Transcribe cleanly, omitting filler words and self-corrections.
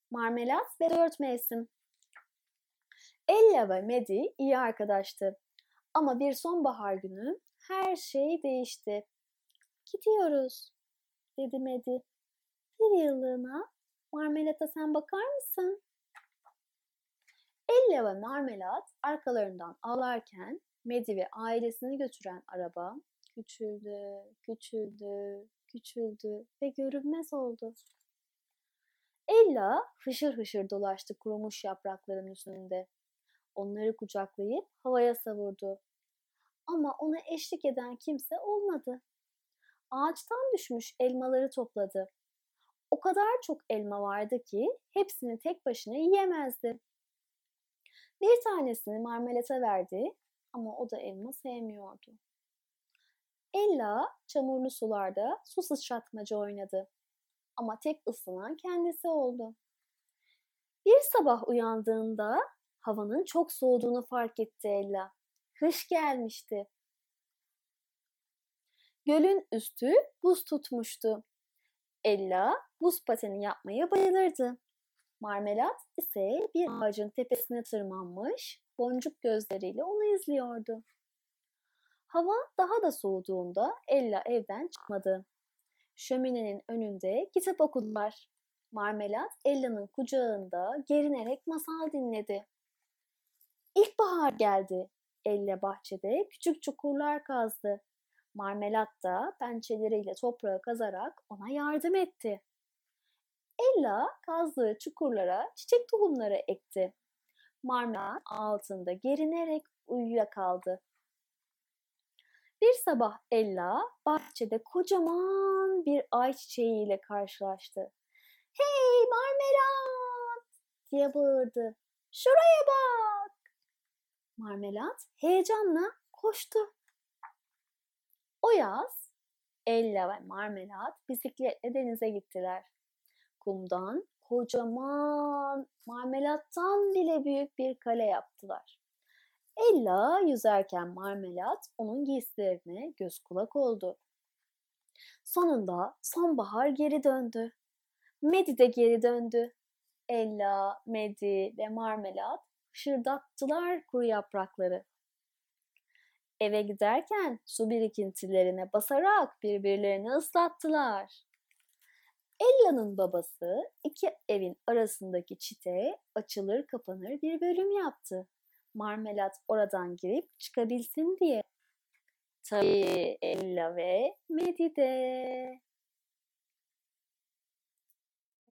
marmelat ve dört mevsim. Ella ve Maddie iyi arkadaştı. Ama bir sonbahar günü her şey değişti. "Gidiyoruz," dedi Maddie. "Bir yıllığına marmelata sen bakar mısın?" Ella ve Marmelat arkalarından ağlarken Maddie ve ailesini götüren araba küçüldü, küçüldü, küçüldü ve görünmez oldu. Ella hışır hışır dolaştı kurumuş yaprakların üstünde. Onları kucaklayıp havaya savurdu. Ama ona eşlik eden kimse olmadı. Ağaçtan düşmüş elmaları topladı. O kadar çok elma vardı ki hepsini tek başına yiyemezdi. Bir tanesini marmelata verdi ama o da elma sevmiyordu. Ella çamurlu sularda su sıçratmaca oynadı ama tek ıslanan kendisi oldu. Bir sabah uyandığında havanın çok soğuduğunu fark etti Ella. Kış gelmişti. Gölün üstü buz tutmuştu. Ella buz pateni yapmaya bayılırdı. Marmelat ise bir ağacın tepesine tırmanmış, boncuk gözleriyle onu izliyordu. Hava daha da soğuduğunda Ella evden çıkmadı. Şöminenin önünde kitap okudular. Marmelat Ella'nın kucağında gerinerek masal dinledi. İlkbahar geldi. Ella bahçede küçük çukurlar kazdı. Marmelat da pençeleriyle toprağı kazarak ona yardım etti. Ella kazdığı çukurlara çiçek tohumları ekti. Marmelat altında gerinerek uyuyakaldı. Bir sabah Ella bahçede kocaman bir ayçiçeğiyle karşılaştı. "Hey Marmelat!" diye bağırdı. "Şuraya bak!" Marmelat heyecanla koştu. O yaz Ella ve Marmelat bisikletle denize gittiler. Kumdan kocaman, marmelattan bile büyük bir kale yaptılar. Ella yüzerken Marmelat onun giysilerine göz kulak oldu. Sonunda sonbahar geri döndü. Maddie de geri döndü. Ella, Maddie ve Marmelat hışırdattılar kuru yaprakları. Eve giderken su birikintilerine basarak birbirlerini ıslattılar. Ella'nın babası iki evin arasındaki çite açılır kapanır bir bölüm yaptı. Marmelat oradan girip çıkabilsin diye. Tabii Ella ve Maddie de.